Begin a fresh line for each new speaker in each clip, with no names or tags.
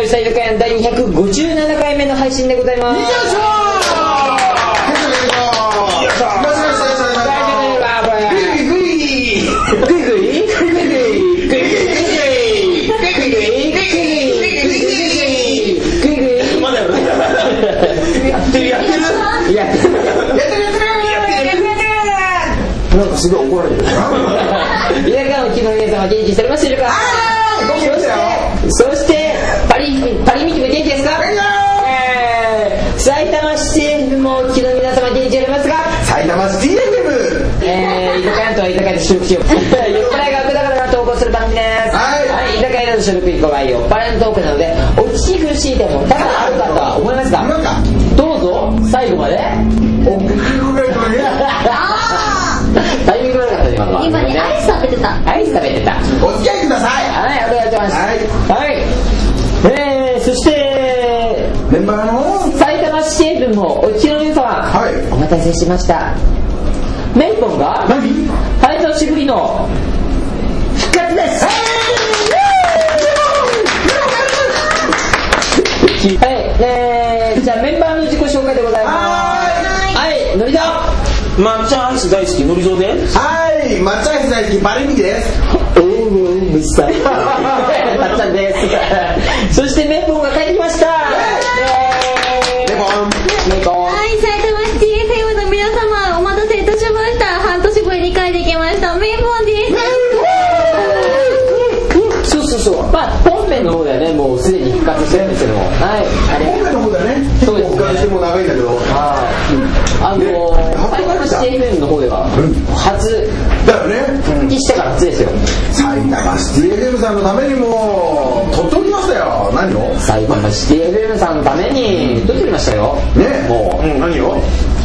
した居酒屋第257回目の配信でございます。よいしょ
なんかすごい怒られてる。
居酒屋の木の皆様元気しておりますでしょうか。そしてパリミキも元気ですか。埼玉市政府も木の皆様元気しておりますが、
埼玉シティ FM、
居酒屋とは居酒屋で収録しよう。酔っ払いが悪だから投稿する番組です。はい、居酒屋の収録以降は酔っ払いのトークなのでお聞き苦しい点も多々あるかとは思いますが、どうぞ最後までお聞きください。タイミング悪かったね今のは。
今ねアイス食べてた。
お付き合いください。
はい、お願いします。はい、そして
メンバーの
埼玉市政府もお聞きの皆様、お待たせしました。メイポンが半年ぶりの復活です。はい、じゃあメンバーの自己紹介でございます。はい、のりだ。
抹茶アイス大好きのりぞうです。
はい、抹茶アイス大好きパリミキです。
むさんたっちゃんです。そしてメイポンが帰ってきました。
メイポン。
はい、埼玉シティ FM の皆様お待たせいたしました。半年ぶりに帰ってきましたメイポンです。
そう、まあ本編の方ではねもうすでに復活してるんですけども、はい、
本編の方ではね結構復活しても長いんだけど、
埼玉市 FM の方では初
だよね。
復帰してから初ですよ。
埼玉シティ FM さんのためにも撮っておきましたよ。何を？
埼玉シティ FM さんのために撮っておきましたよ。
ね、
もう、
何を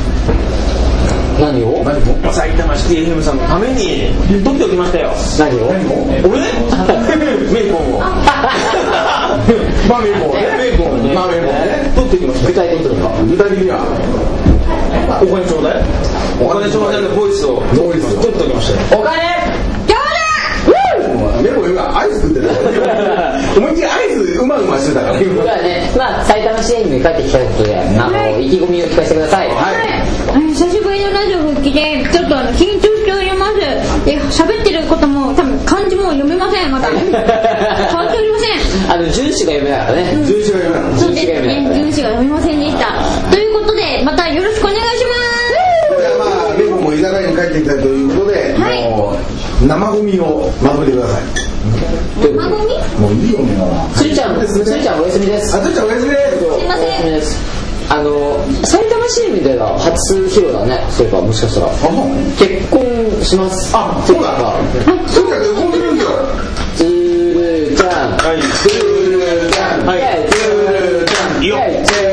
埼玉シティ FM さんのために撮っておきましたよ。
何を
俺メイポンを
まあメイポンね
撮っておきました。
具体的には
お金ちょうだいのボイスを撮っておきましたよ。
お金
メモ今アイス食ってる。思いっきりアイスうましてたから。
これはね、まあ埼玉市 FM に帰ってきたということで、意気込みを聞かせてください。
久しぶりのラジオ復帰でちょっと緊張しております。で喋ってることも多分漢字も読めません。まだ変わっておりません。
住所が読めなかったね。
そうですね、住所が読めませんでした。ということでまたよろしくお願いします。
まあメモも居酒屋に帰ってきたということで、もう生ゴミをまとめてください。
生ゴミ？
もういいよもう。
つるちゃんお休みです。
つるちゃんお休みです。
すいません。
埼玉市 FM では初披露だね。そういえばもしかしたら結婚します。
そうだ。そうだ。結婚するんだよ。
つるちゃん。
はい。
つるちゃん。はい。つるちゃん。
よっ。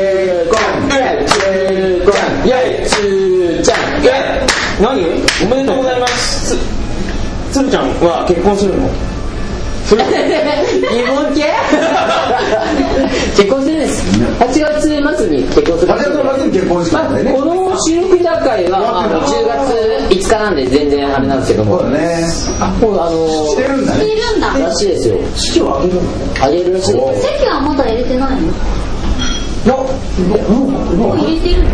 何？おめでとうございます。つるちゃんは結婚するの？
疑問系？結婚するんです。8月末に結婚する。
8月末に結婚式なんだよね。
この収録段階は10月5日なんで全然あれなんですけども。
そうだね。してるんだね。
らしいですよ。
式を挙げるの？
挙げるらしい。
席はまだ入れてないの？入れてる。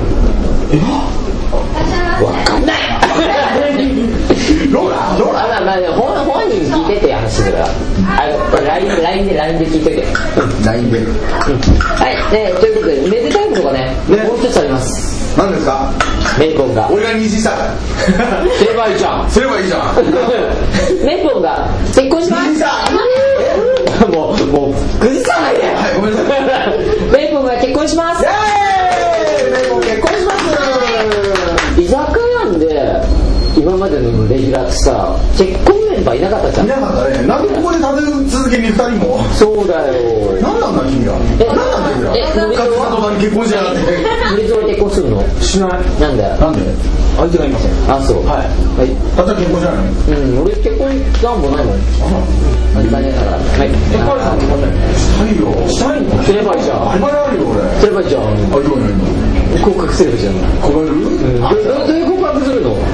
わかんない。
ローラ
本人聞いてて話するから。LINE で聞いといて。
LINE で。
はい、ということでめでたいことがねもう一つあります。
何ですか？
メイポンが。
俺が妊娠した。
すればいいじゃん。メイポンが結婚します。もう崩さないで。
はい、ごめんなさい。
メイポンが結婚します。
メイポン結婚します。
居酒屋で今までのレギュラーってさ結婚メンバーいなかったじゃん。
いなかったね。なんでここで立て続けに2人も。
そうだよ。
何なんだ君は。何なんだ君は。結婚しなかった。
のりぞう結婚するの？
しない。
なんだよ。
なんで？
相手がいません。あ、そう。はい。
たった結婚じゃないの？
俺結婚なんもないもん。何かねえから。はい。
したいよ。
したいの？すればいいじゃん。
あれあるよ俺。
すればいいじゃん。
あ、いいよ。
告白すればいいじゃん。
告白？
どういう告白するの？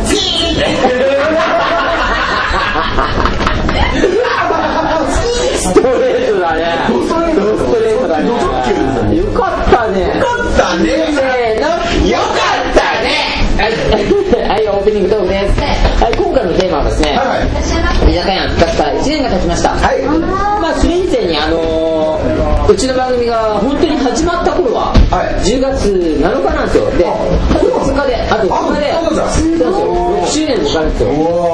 ストレートだね。ストレート経ちました。はい。まあそれ以前にうちの番組が本当に始まった頃は、10月7日なんですよ。で、あと2日で、6周年迎えるんですよ。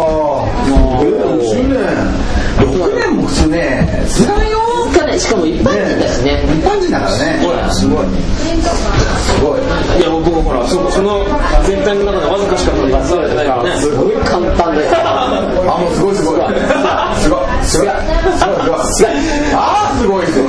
6周年。6年もすね、つらいよ。
しかも一般人だしね。
一般人だからね。すごい。すごい。
いや僕ほらその全体の中でわずかしか出されてないからね。
すごい簡単です。
あ、もうすごいすごい。すごい。すごい。あーすごいすごい。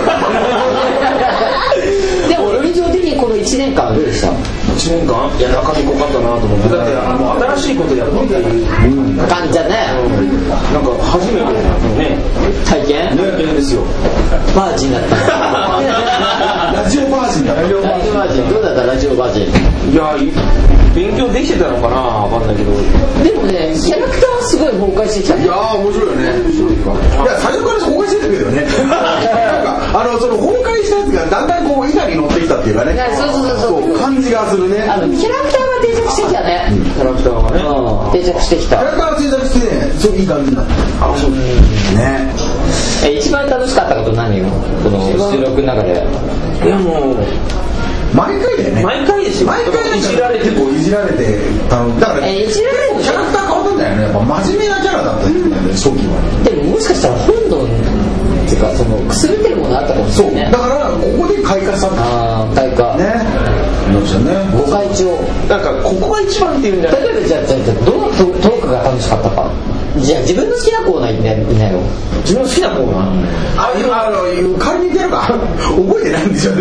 でも論理上的にこの1年間どうでした？
1年間？いや中身濃かったなと思って。だってもう新しいことやるっていう
感じじゃね。
なんか初めてね
体験
ですよ。
バージンだった。
ラジオバージンだ。
ラジオバージンどうだったラジオバージン？
いや勉強できてたのかなわかんないけど。
でもねキャラクターはすごい崩壊してきた。
いや面白いよね。いや最初から崩壊してたけどね。なんかその崩壊したやつがだんだんこう板に乗ってきたっていうかね。そう感じがするね。
キャラクターが定着してきたね。
キャラクターがね
定着してきた。
キャラクターが定着してねすごいいい感じになった。あそうね。
一番楽しかったこと何よこの収録の中で。
いやもう
毎回だよね。
毎回ですよ。
毎回いじられていじられてだから
いじられる
キャラクター変わったんだよね。やっぱ真面目なキャラだったんだよね初期は。
でももしかしたら本能っていうかそのくすぶってるものあったかもしれないね。
だからここで開花したんだ。
ああ開花
ね。どうしたね。
ご開帳。
なんかここが一番っていうんじゃない。
例えばじゃあどのトークが楽しかったか。じゃあ自分の好きなコーナーいないの？
自分の好きなコーナー。
仮に言ってるか覚えてないんでしょ。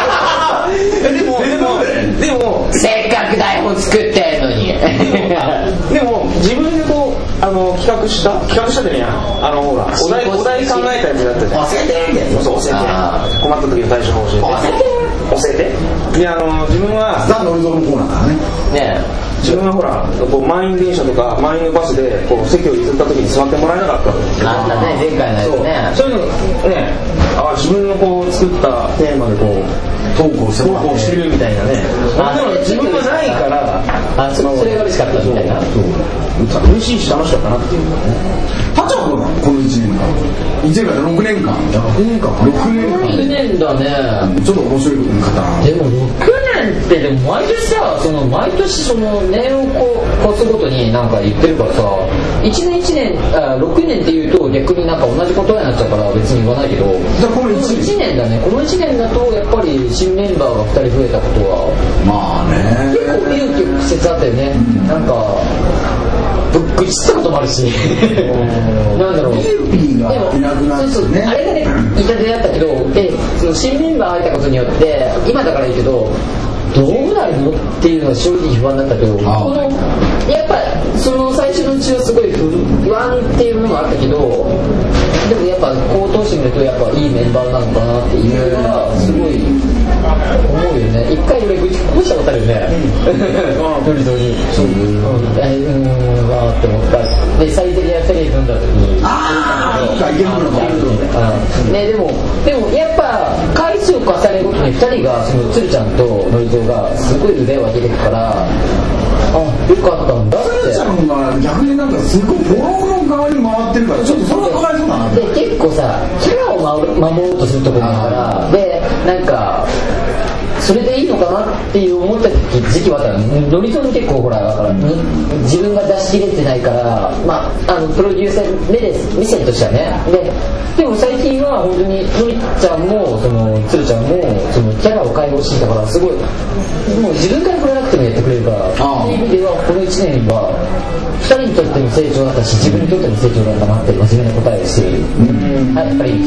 でも
せっかく台本作ってんのに。
でも自分でこう企画したってねほらお題考えたやつだったじゃん。
教えてみたいな。
そう教えて。困った時の対処法教えて。で自分は
ザ・ノリゾーのコーナーからね。
自分はほらこう満員電車とか満員のバスでこう席を譲った時に座ってもらえなかった
あんなね前回のやつね。
そういうのね自分のこう作ったテーマでこう
トークを
してるみたいなね。自分がないから
それが嬉しかったみたいな。
嬉しいし楽しかったなっていう
たっちゃんはどうなのこの1年間。1年間で6年間。6
年だね。
ちょっと面白いことに語らん。
でも6年ってでも毎年さ毎年その年を越すごとになんか言ってるからさ1年6年って言うと逆になんか同じことになっちゃうから別に言わないけど
この1
年だね。この1年だとやっぱり新メンバーが2人増えたことは
まあね
結構勇気屈折あったよね。なんかぶっくりしたこともあるしなんだろう
ピーピーがいなくなってね。
あれがね痛手だったけどその新メンバー入ったことによって今だからいいけどどうなるのっていうのは正直不安だったけどやっぱその最初のうちはすごい不安っていうものがあったけどでもやっぱこう通してみるとやっぱいいメンバーなのかなっていうのはすごい思うよね。一回俺愚痴こぼしたことあるよね。ノリゾにそうわーって思ったでサイゼリアテレビ飲んだ時にでもやっぱ回数を重ねるごとに2人がそのつるちゃんとノリゾがすごい腕を上げてるからよかったんだって。
つるちゃんが逆になんかすごいフォローの側に回ってるからちょっとそれはかわいそうだな。
で結構さキャラを守ろうとするところだからでなんかそれでいいのかなっていう思った時期はあったの。ノリゾン結構ほらだから自分が出し切れてないからプロデューサー目線としてはねでも最近は本当にノリちゃんもそのつるちゃんもそのキャラを解放してきたからすごいもう自分から振らなくてもやってくれるからっていう意味ではこの1年は2人にとっての成長だったし自分にとっての成長だったなって真面目な答えをしている。やっぱり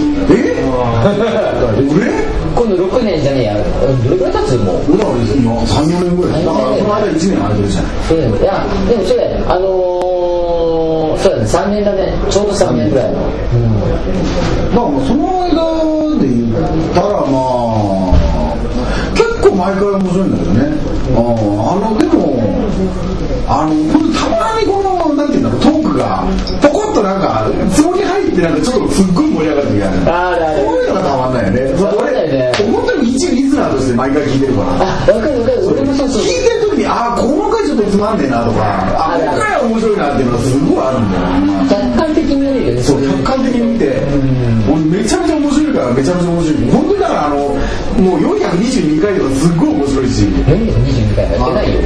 今度6年じゃねえやどれくらい経つもう
3、4年ぐらいだからその間1年空いてるじゃない。
そうだよ。いやでもそうだよそうだね3年だねちょうど3年ぐらいの
その間で言ったら結構毎回面白いんだけどね。でもたまにこのなんていうんだろうトークがポコッとなんかつもり入ってちょっとすっごい盛り上がる時がある。そういうのがたまんないよね。俺本当に一リスナーとしして毎回聞いてるから。
わかるわかる。俺もそうそう。
聞いてる時にこの回ちょっとつまんねえなとか、この回は面白いなっていうのがすごいあるんだよ。
客観的に見るよね。
そう、客観的に見て、めちゃめちゃ面白いからめちゃめちゃ面白い。本当にだからもう422回とかすっごい面白いし。
422回やってないよ。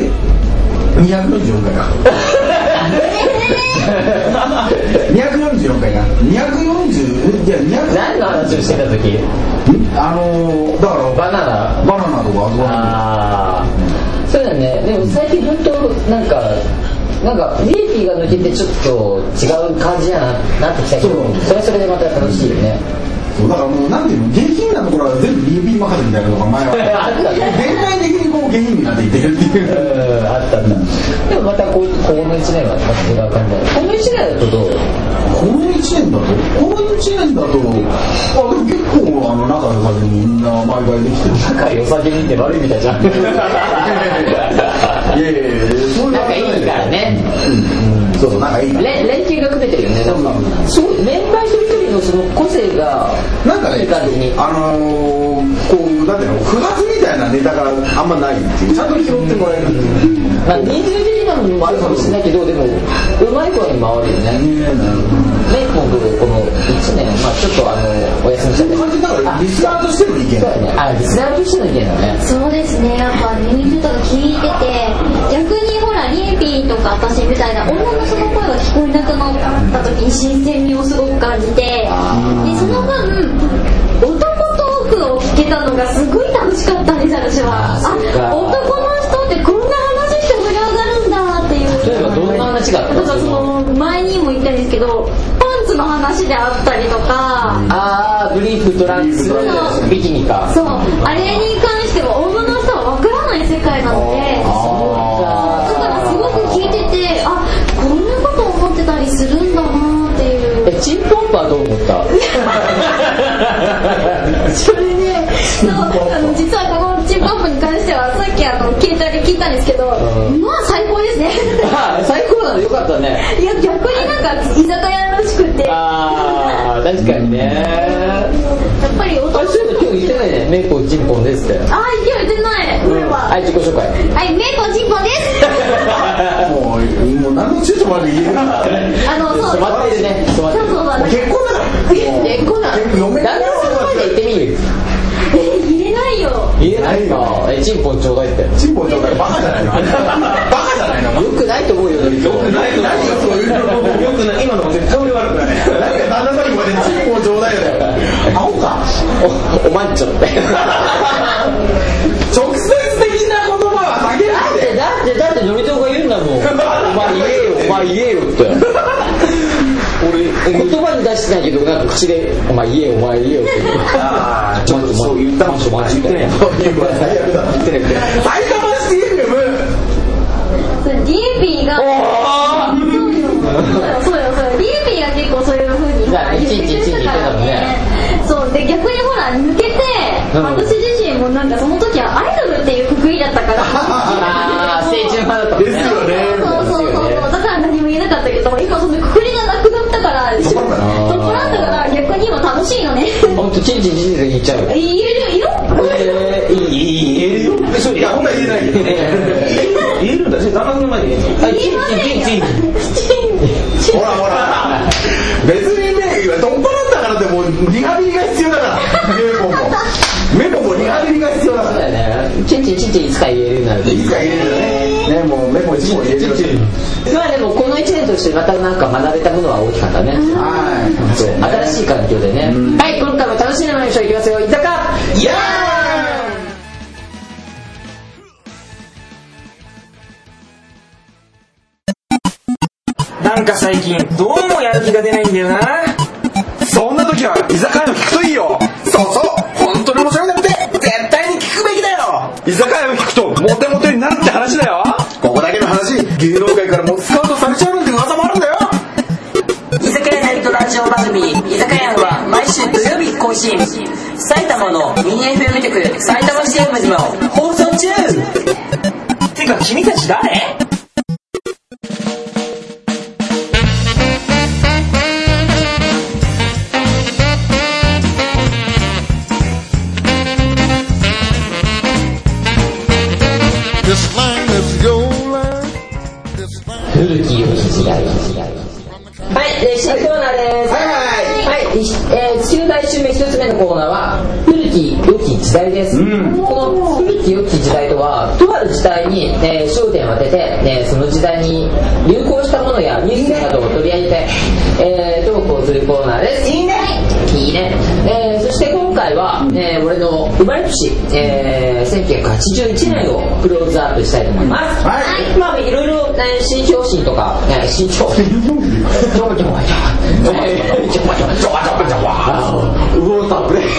244回か。244回か。240、いや、
何の話をしてた時？
だからバナナとか
そうだね。でも最近本当なんかリエピーが抜けてちょっと違う感じになってきたけど、それはそれでまた楽しいよね。
だからもうなんていうの、下品なところは全部リエピー任せみたいなのが前は全体的にこう下品になっていってるっていう
あったんだ。でもまたこの1年は違う感じだ。この1年だとどう？
この1年だとでも結構仲良さげにみんな毎回できてる。
仲良さげにって悪いみたいじゃん。いやそういう仲いいからね。
そう仲いいから。
連携が組めてるよね。なんかそうメンバー一人一人のその個性が
なんかね、
いい感じに
こうなんていうの、不発みたいなネタがあんまないっていう、ちゃんと拾ってもらえる。
人数的なのもあるかもしれないけど、でもうまい子に回るよね。僕この1年ちょっとお休みしちゃって。
感じだからリスナーとしての意見。
そうだね。リスナーとしての意見だね。
そうですね。やっぱ人数とか聞いてて、逆にほらリエピーとか私みたいな女の人の声が聞こえなくなった時に新鮮味をすごく感じて、でその分男トークを聞けたのがすごい楽しかったんです。私は男の人ってこんな話して盛り上がるんだっていう。
例えばどんな話があったの？
だからその前にも言ったんですけど、パンツの話であったりとか、
ブリーフトランクスビキニか。
そう、あれに関しては女の人は分からない世界なので、だからすごく聞いてて、こんなこと思ってたりするんだなっていう。
チンポンプはどう思った？
それで、実はこのチンポンプに関してはさっき携帯で聞いたんですけど、最高ですね。
最高なのよかったね。
いや逆に居酒屋らしくて。
確かにね。
やっぱり
そういうの今日言ってないね。メイコチンポンですって。
今日言ってない。
自己紹介。
メイコチンポンです。
もう何の躊躇まで言えるからね。
染まってるね。
そう
結婚だから。
結婚だ。旦那さんまで言ってみる。
言えないよ。
言えないか。チンポンちょうだいって。
チンポンちょうだい。バカじゃないの。バカじゃないの。
よくないと思うよ。よくないと。
何がそういうの。よくない。今のも絶対俺悪くない。
何が旦那さんにまでチンポンちょうだいだよ。アホか。
おまんちょって。
直接的な言葉はかけないで。
だってノリトが言うんだもん。お前言えよって。俺言葉に出してないけどなんか口でお前言えよって
ちょっとそう言ったのちょっとマジで言ってない埼玉シティ FM
リエピーがそうよリエピーが結構そういう風に言ってくれたからね。そうで逆にほら抜けて私自身もなんかその時はアイドルっていうくくりだったから
青春派だったもんね。
ですよね。
そうだから何も言えなかったけど今そのくくりがなくなったから取っ払ったから逆に今楽しいのね。
ほんとチンチンで言っちゃう。
言えるよ。
言えるよ。
いやほんと言えない。
言えるんだ。旦那さんの前に
言えません。
ほら別にね取っ払ったからってもうリハビリが必要だからメモもリハビリが必要だから。
そうだよね。チンチンいつか言えるようになる。
いつか言えるよね。もうメモ1も言えるよ。
でもこの1年としてまたなんか学べたものは大きかったね。新しい環境でね。はい、今回も楽しんでまいりましょう。いきますよ。いったかイエ
ーイ。なんか最近どうもやる気が出ないんだよな。
そんな時は居酒屋を聞くといいよ。そう本当に面白いんだって絶対に聞くべきだよ。居酒屋を聞くとモテモテになるって話だよ。ここだけの話、芸能界からもスカウトされちゃうなんて噂もあるんだよ。
居酒屋ナイトラジオ番組居酒屋は毎週土曜日更新。埼玉のミニ FM 局埼玉 CM でも放送中。
てか君たち誰？
はい、新コーナーです。地球大襲名1つ目のコーナーは古き良き時代です。この古き良き時代とは、とある時代に、焦点を当てて、その時代に流行したものやニュースなどを取り上げて、トークをするコーナーです。いいね。そして今回は、俺の生まれ年、1981年をクローズアップしたいと思います。まあいろいろ、新商品とか、新商品ウォーターブレイ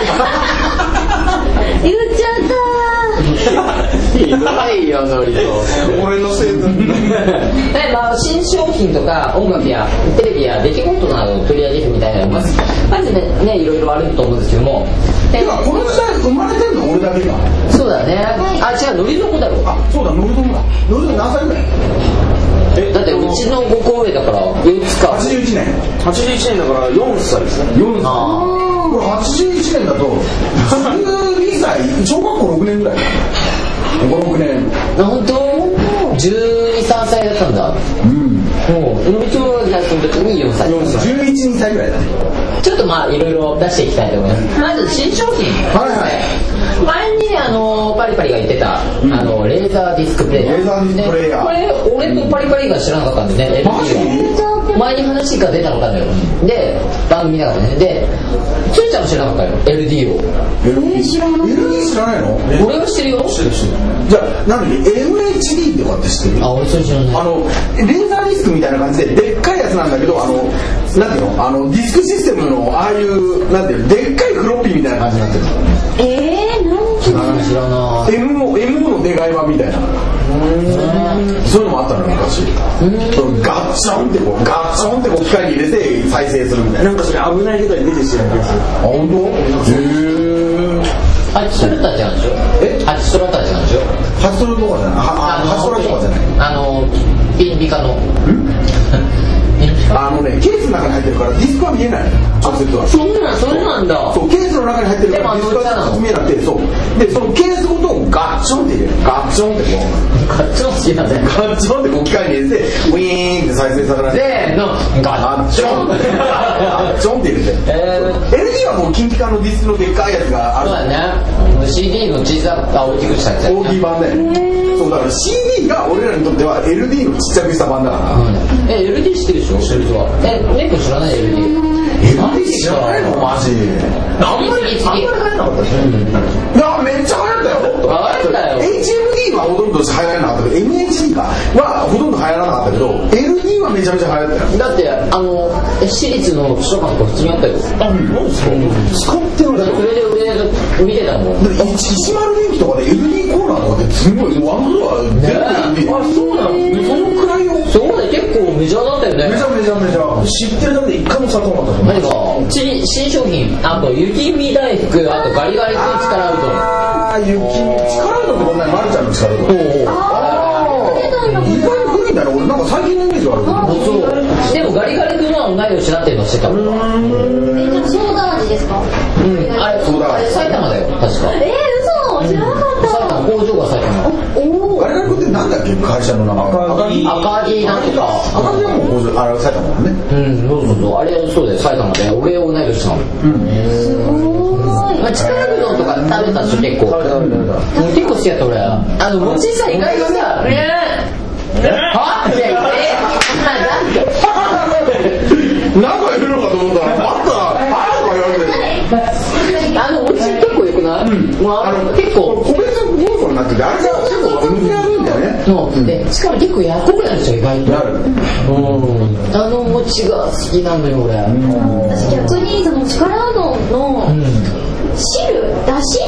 言っちゃった
ひどいよノリと
俺のせい
だ。新商品とか音楽やテレビや出来事などを取り上げてみたいと思います。まずねいろいろあると思うんですけども、
この時代生まれてるの俺だけか。
そうだね。あ、違う、ノリの子だろ。
あ、そうだ、ノリの子だ。ノリの子何歳ぐらい？
だってうちの5個上だから4つか。
81年だから4歳ですね。
4歳。これ81年だと12歳、小学校6年ぐらい。5、6年。
本当？12、3歳だったんだ。ノリとがその時に4歳。
11、2歳ぐらいだね。
ちょっといろいろ出していきたいと思います。まず新商品。前にパリパリが言ってたレーザーディスクプレイヤー。これ俺とパリパリが知らなかったんでね。前に話が出たのかだよ。で番組だからね。でつーちゃんも知らなかったよ LD を。
知らない。
LD 知らないの？
俺は知るよ。
じゃあ何 MHD ってこと知ってる？
あ、俺それ知らない。
レーザーディスクみたいな感じででっかいやつなんだけど、なんていうの、ディスクシステムのああいうなんていうの、でっかいフロッピーみたいな感じになってる。
何
知らない。
MO の出替え版みたいな。そういうのもあったのよ昔。ガッチョンって機械に入れて再生するみたいな。
なんかそれ危ないけど出てきてるんですよ。
あ、本当？
ハチスロタちゃんでしょ？ハチスロタちゃんでしょ？
ハチスロとかじゃない。ハチスロとかじゃない。
ピンビカの。
ケースの中に入ってるからディスクは見えない。直接は。
それなんだ。
そう、ケースの中に入ってるからディスクは見えなくて、そうでそのケースごとガッチョンって入れる。ガッチョンってこう
ガッチョン好きなんだよ。
ガッチョンってこう機械に入れてウィーンって再生されて、ガッチョンガッチョンって入れて、LD はもう金ピカのディスクのでっかいやつがある。
そうだね。CD の小さく大きくしたやつ。
大きい版で。そうだから CD が俺らにとっては LD のちっちゃくした版だから。
LD 知ってるでしょ？知ってる人は。猫知らない LD？
LD 知らないのマジ。
あんまり流行らなかった
ね。いやめっちゃ流行ったよ。
流行ったよ。
HMD はほとんど流行らなかったけど MHD はほとんど流行らなかったけど LD はめちゃめちゃ流行ったよ。
だって私立の図書館とか普通にあったよ。
何ですか？使ってるんだよ。
それで俺見てたもん。
石丸電機とかで LD コーナーとかってすごいワンフロア全部 LD。あ、そうなの？そのくらいよ。
そうだね、結構メジャーだったよね。
めちゃ知ってるだけで一回も使ったことなかった。
何か新商品、あと雪見大福、あとガリガリ君力アウト。
力アウトってこんなにマルちゃんの力アウト。意外に古いんだね。俺なんか最近のイメージがある。
そうでもガリガリ君は同い年になってるの知ってた。
ソーダ味ですか？
あれ埼玉だよ確か。
嘘、知らなかった。
埼玉、工場が埼玉。
ガリガリ君ってなんだっけ会社の名前？
赤木なんとか。
赤木はもう工場、あれ埼玉だもんね。
そうあれそうだよ埼玉で。俺同い年なの。
すごい。
力うどんとか食べたでしょ結構。結構好きやった俺。もちさ意外とさ、は？
なんかいるのかと思ったらあったとか言われて。
おち結構よくない？結構
個別包装になってて、あれが結構分けやるんだよね。
そうでしかも結構やっこくなるでしょ意外と。
なる。
餅が好きなんだよ俺。
私逆にその力うどんの汁だし、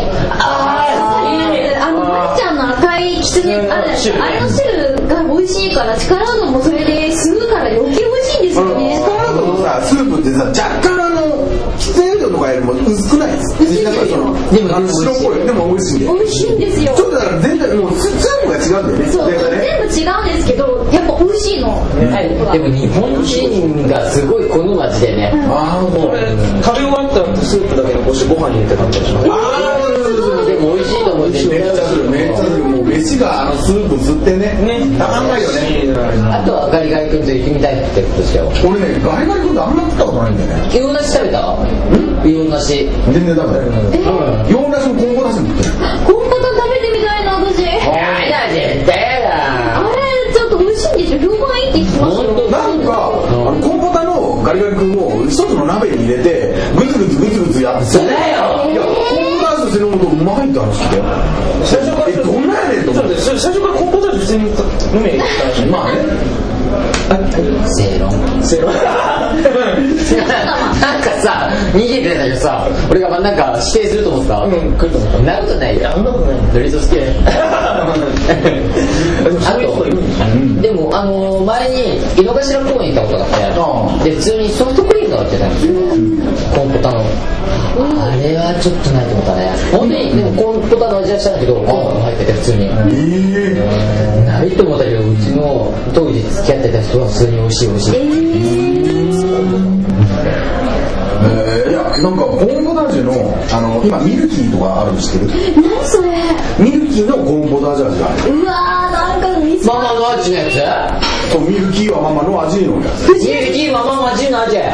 まるちゃんの赤いきつねあれの汁が美味しいから力うどんもそれで吸うから余計美味しいんですよね。
力うどんのさスープってさ若干きつねうどんとかよりも薄くないですか？
でも
白っぽいでも美味しいんで。
美味しいんですよ。
ちょっとだから全体もうスープが違うんだよね。
そう全部違うんですけどやっぱ美味しいの。
でも日本人がすごい好む味でね。
これ食べ終わったスープだけ残してご飯に入れて食べたりします。
でも美味しいと思う。
めっちゃするもうめっ飯がスープ吸ってねたまんないよね。
あとはガリガリ君と雪見大福ってことですよ。
俺ねガリガリ君ってあんま食ったことないんだよね。
洋梨食べた？洋梨
全然食べない。洋梨もコンポタスに食ってる。
コンポタ食べてみたいな私。
やだ絶対やだ。
あれちょっと美味しいんですよ。評判いいって聞きますよ。
なんかコンポタのガリガリ君を一つの鍋に入れてグツグツグツグツやって
そうだよ。
いやコンポタ味と飲むとうまいって話聞いて最初からどんなやねんと思って
最初からコンポタージュ普通に飲めたらしい。
まあね
正論なんかさ逃げてたけどさ俺がなんか指定すると思ってた。
来ると思った。
そんなことないよ。
そんなことない。
ドリート好きね。あとでも前に井の頭公園行ったことがあってで普通にソフトクリームが売ってたんですよ、コンポタの。あれはちょっとないと思ったね本当に。でもコンポタの味はしたんだけどコンポタも入ってて普通にないと思ったけどうちの当時付き合ってた人は普通に美味しい美味しい。
いやなんかコンポタージュの今ミルキーとかあるの知ってる？
何それ。
ミルキーのコンポタージュ味がある。
うわーなんかミス。
ママの味のやつ？
そうミルキーはママの味のやつ。
ミルキーママの味の味や。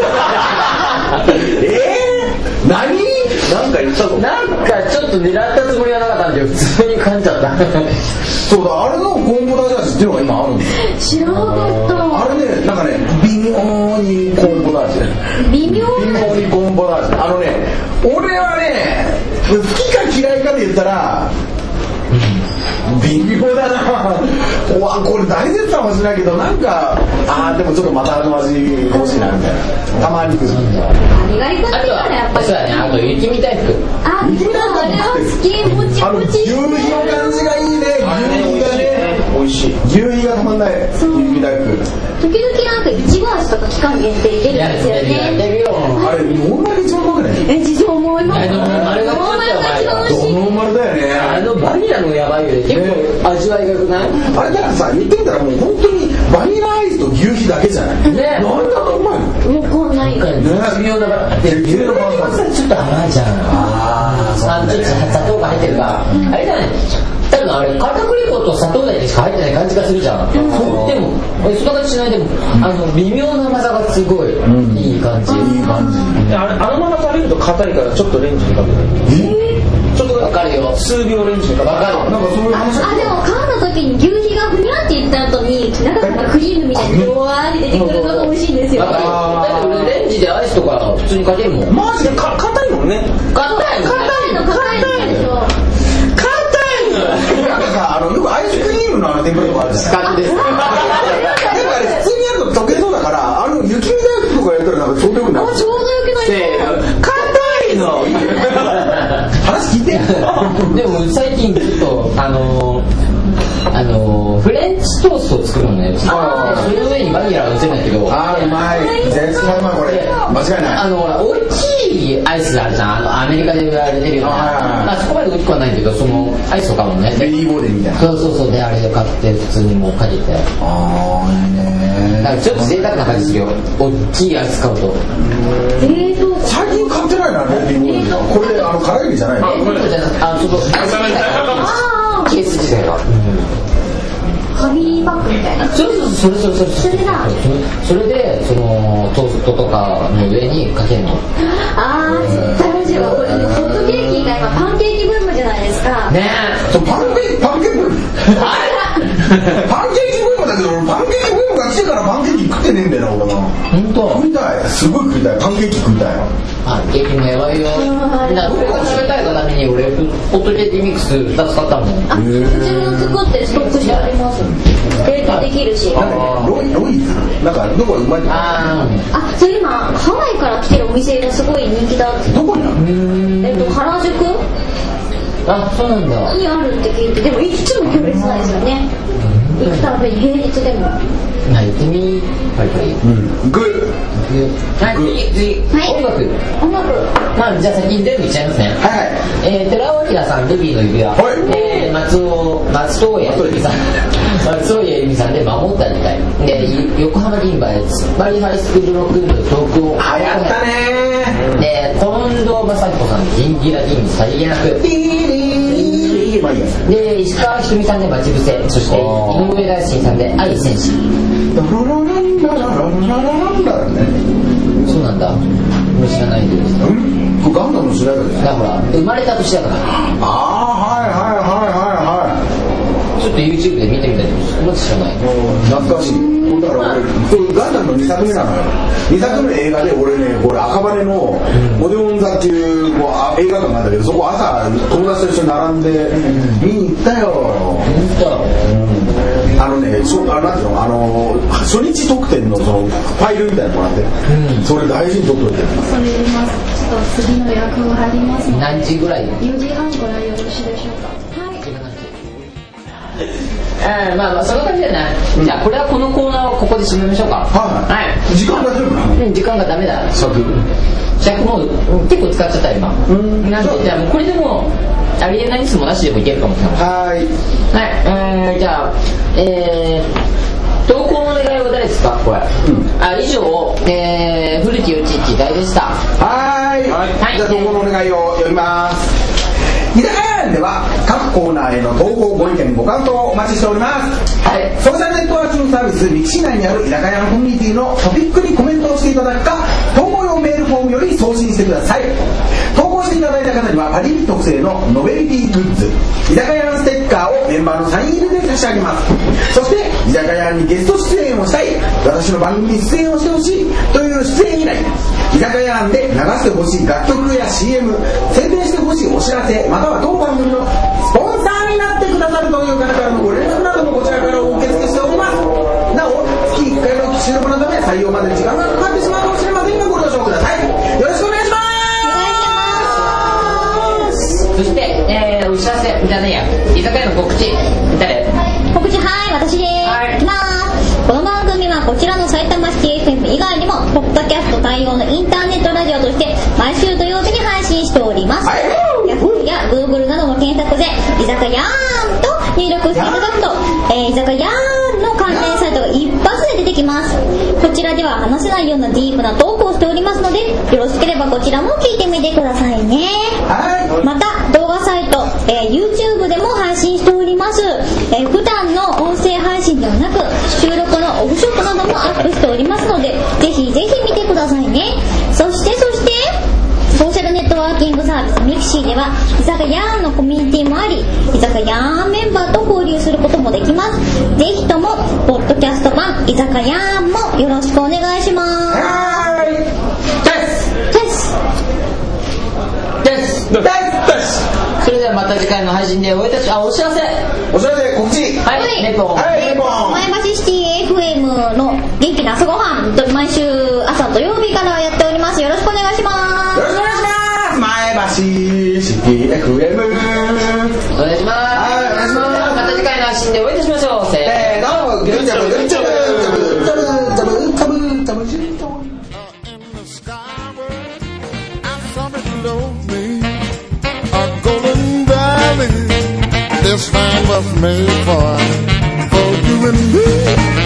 何？なんか言ったぞ。
なんかちょっと狙ったつもりはなかったんだけど普通に噛んじゃった。
そうだあれのコンポタージュ味っていうのが今あるんですよ。
知らなかった。
あれねなんかね微妙にコンポタージュ。
微妙
にコンポタージュ。俺はね好きか嫌いかで言ったら微妙だな。うわこれ大絶賛はしないけどなんかでもちょっとまた味欲しいなみたいなたまに来る。
ガリガリ君って言ったらやっぱり。
そうだね。あと雪見大福。
あれは好き。もちもち。
牛皮の感じがいいね。牛皮がね
美味しい。
牛皮がたまんない。雪見大福
時々なんかいちご味とか期間限定出るんですよね。
あれノーマル一番うまくない？
事情思います。
ノーマルが一番美味しい。
ノーマルだよね。
バニラのやばいよね。結構味わいが良くない？
あれだからさ言ってみたらもう本当にバニラアイスと牛皮だけじゃない？
ね。
なんだとうまいの？
もうこんないから
微妙な牛のバランスちょっと甘いじゃん。ちょっと砂糖が入ってるからあれじゃない。多分あれ片栗粉と砂糖だけしか入ってない感じがするじゃん。でもそんな感じしない。でも微妙な甘さがすごいいい感じ。
いい感じ。
あのまま食べると硬いからちょっとレンジにかけて。ちょっと
分かるよ。
数秒レンジにかけて。
分かる。
なんかそういう話。
でも噛んだ時に牛皮がふにゃっていった後に中からクリームみたいにドワーって出てくるのが美味しいんですよ。
だって俺レンジでアイスとか普通にかけるもん。
マジで硬いもんね。
硬いのでしょ。
なんかさよくアイスクリームの天ぷらとかあるじゃん。
です。
でもあれ普通にやると溶けそうだから雪見大福とかやったらなんかちょうどよくなる。
ちょうどよくないですか。
硬いの。話聞いて。
でも最近ちょっとフレンチトーストを作るのね。その上にバニラが乗せるんだけど。
うまい。絶対うまいこれ。間違いない。
大きいアイスがあるじゃん。アメリカで売られてるような。そこまで大きくはないけどそのアイスとかもね。
ベリーボーデンみたいな。
そうであれで買って普通にもうかけて。
いいね。
ちょっと贅沢な感じするよ。大きいアイス買うと。
最近買ってないなベリーボーデン。これ辛いのじゃないの？
ケース自体が。
ファミリーパックみたいな。
それだ。それでそのトーストとかの上にかけるの。
絶対美味しいわ。これねホットケーキが今パンケーキブームじゃないですか。
ね
パンケーキブーム。パンケーキブームだけどパンケーキブームが来てからパンケーキ食ってねえんだよな俺な。
本当。
食いたい。すごい食いたい。パンケーキ食いたい。
パンケーキもやばいよ。僕が食べたいがために俺ホットケーキミックス2つ買ったもん。
うちも作ってストックしてあります。冷凍できるし。
ロイなんかどこがうまいとか。
それ今ハワイから来てるお店がすごい人気だって。
どこにある？
原宿
そうなんだ。
にあるって聞いて。でもいつも行列ないですよね。行くたびに平日でも。
行ってみ。
グー。
音楽。じゃあ先に全部いっちゃいますね。寺尾明さんルビーの指輪。松任谷由実さんで守ったみたいで横浜銀馬でツッパリハイスクールロックンロール東京。
やったね
で近藤正彦さんでギンギラギンさりげなく。
まあいいや。
で石川ひとみさんで待ち伏せ、そして井上大輔さんで愛戦士。そうなんだ、もう知らないけど、
これガンダムの主題歌ですね。
だから生まれた年だから。ちょっと YouTube で見てみたいけど、そこまで知らない。
懐かしい。だから俺ガンダムの2作目なのよ。2作目の映画で俺ね、これ赤羽のオデオン座っていう映画館があったけど、そこ朝友達と一緒に並んで見に行ったよ。なんていうの、初日特典のそのファイルみたいなのもらって、それ大事に取っといて。
それ入れます。ちょっと次の予約が入りますので。
何時ぐらい
？4時半ぐらいよろしいでしょうか。
まあそんな感じだな。じゃあこれはこのコーナーをここで締めましょうか。
はい。時間が大丈夫なの？
時間がダメだ。尺もう結構使っちゃった今。なんでじゃあもうこれでもありえないミスもなしでもいけるかもしれない。はい。じゃあ投稿の願いは誰ですかこれ。以上古きよちっち大でした。
はい。じゃあ投稿の願いを読みます。居酒屋では各コーナーへの投稿ご意見ご感想をお待ちしております。ソーシャルネットワーキングサービスミクシー内にある居酒屋のコミュニティのトピックにコメントをしていただくか、投稿用メールフォームより送信してください。投稿していただいた方にはパリピ特製のノベリティグッズ居酒屋のステッカーをメンバーのサイン入りで差し上げます。そして居酒屋にゲスト出演をしたい、私の番組に出演をしてほしいという出演以来、居酒屋で流してほしい楽曲や CM、 宣伝してほしいお知らせ、または当番組のスポンサーになってくださるという方からのご連絡などもこちらからお受け付けしております。なお月1回の収録のため採用まで時間がかかってしまうかもしれませんがご了承ください。よろしくお願いします。
そしてお知らせじゃねえや、居酒屋の告知誰？
告知、私でーす。いきまーす。この番組はこちらの埼玉シティ FM 以外にもポッドキャスト対応のインターネットラジオとして毎週土曜日に配信しております。Yahoo や Google などの検索で居酒屋と入力していただくと、居酒屋の関連サイトが一発で出てきます。こちらでは話せないようなディープなトークをしておりますので、よろしければこちらも聞いてみてくださいね。また動画サイト、YouTube でも配信しております。普段の音声配信ではなく収録のオフショットなどもアップしておりますので、ぜひぜひ見てくださいね。そしてソーシャルネットワーキングサービスミクシーでは居酒屋のコミュニティもあり、居酒屋メンバーと交流することもできます。ぜひともポッドキャスト版居酒屋もよろしくお願いします。
それではまた次回の配信でお会いいたしお知らせ
告知。
レポン。
前橋シティ FM の元気な朝ごはんと毎週朝土曜日からやっております。よろしくお願いします。
よろしくお願いします。前橋シティ FM
お願いします。また次回の配信でお会いいたしましょう。せーの、グッジョブグッジョブ。
This man was made for you and me.